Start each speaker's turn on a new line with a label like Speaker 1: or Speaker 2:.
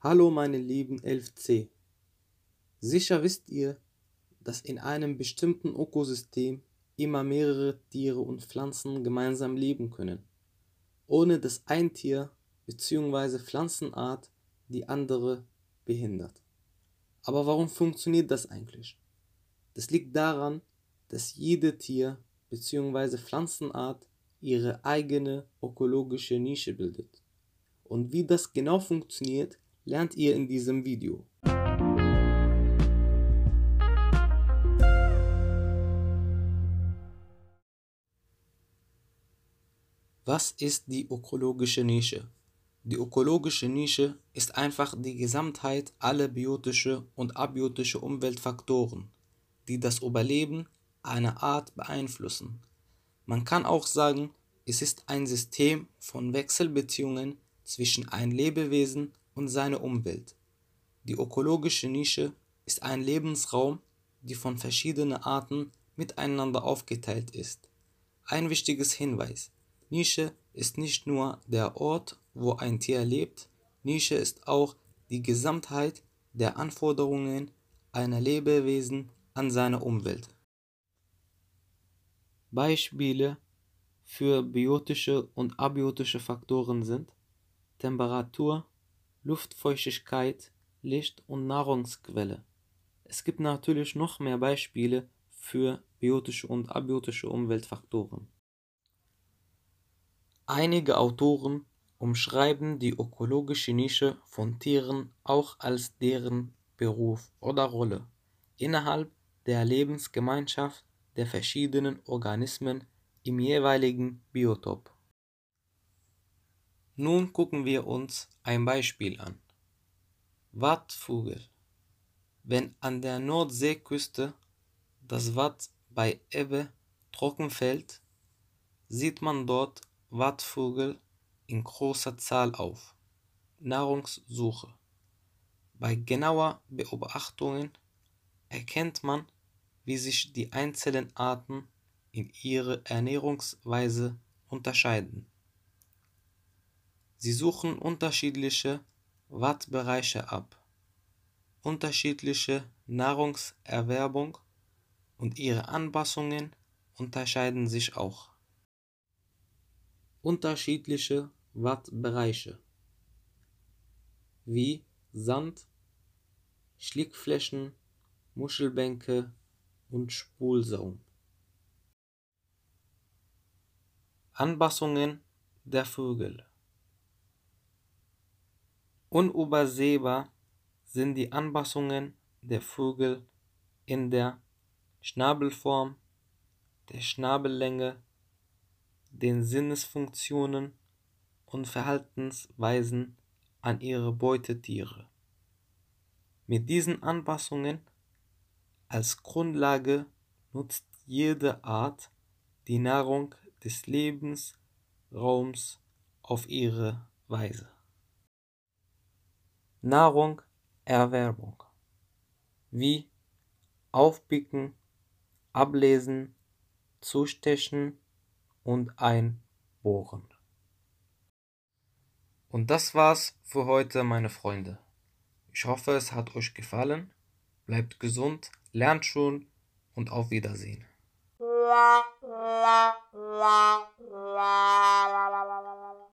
Speaker 1: Hallo meine lieben 11c. Sicher wisst ihr, dass in einem bestimmten Ökosystem immer mehrere Tiere und Pflanzen gemeinsam leben können, ohne dass ein Tier bzw. Pflanzenart die andere behindert. Aber warum funktioniert das eigentlich? Das liegt daran, dass jede Tier- bzw. Pflanzenart ihre eigene ökologische Nische bildet. Und wie das genau funktioniert, lernt ihr in diesem Video. Was ist die ökologische Nische? Die ökologische Nische ist einfach die Gesamtheit aller biotische und abiotische Umweltfaktoren, die das Überleben einer Art beeinflussen. Man kann auch sagen, es ist ein System von Wechselbeziehungen zwischen einem Lebewesen und seiner Umwelt. Die ökologische Nische ist ein Lebensraum, der von verschiedenen Arten miteinander aufgeteilt ist. Ein wichtiges Hinweis: Nische ist nicht nur der Ort, wo ein Tier lebt, Nische ist auch die Gesamtheit der Anforderungen einer Lebewesen an seine Umwelt. Beispiele für biotische und abiotische Faktoren sind Temperatur, Luftfeuchtigkeit, Licht und Nahrungsquelle. Es gibt natürlich noch mehr Beispiele für biotische und abiotische Umweltfaktoren. Einige Autoren umschreiben die ökologische Nische von Tieren auch als deren Beruf oder Rolle innerhalb der Lebensgemeinschaft der verschiedenen Organismen im jeweiligen Biotop. Nun gucken wir uns ein Beispiel an. Wattvogel. Wenn an der Nordseeküste das Watt bei Ebbe trocken fällt, sieht man dort Wattvögel in großer Zahl auf. Nahrungssuche. Bei genauer Beobachtung erkennt man, wie sich die einzelnen Arten in ihrer Ernährungsweise unterscheiden. Sie suchen unterschiedliche Wattbereiche ab, unterschiedliche Nahrungserwerbung und ihre Anpassungen unterscheiden sich auch. Unterschiedliche Wattbereiche wie Sand, Schlickflächen, Muschelbänke und Spulsaum. Anpassungen der Vögel. Unübersehbar sind die Anpassungen der Vögel in der Schnabelform, der Schnabellänge, den Sinnesfunktionen und Verhaltensweisen an ihre Beutetiere. Mit diesen Anpassungen als Grundlage nutzt jede Art die Nahrung des Lebensraums auf ihre Weise. Nahrungerwerbung wie Aufpicken, Ablesen, Zustechen und Einbohren. Und das war's für heute, meine Freunde. Ich hoffe, es hat euch gefallen. Bleibt gesund, lernt schon und auf Wiedersehen.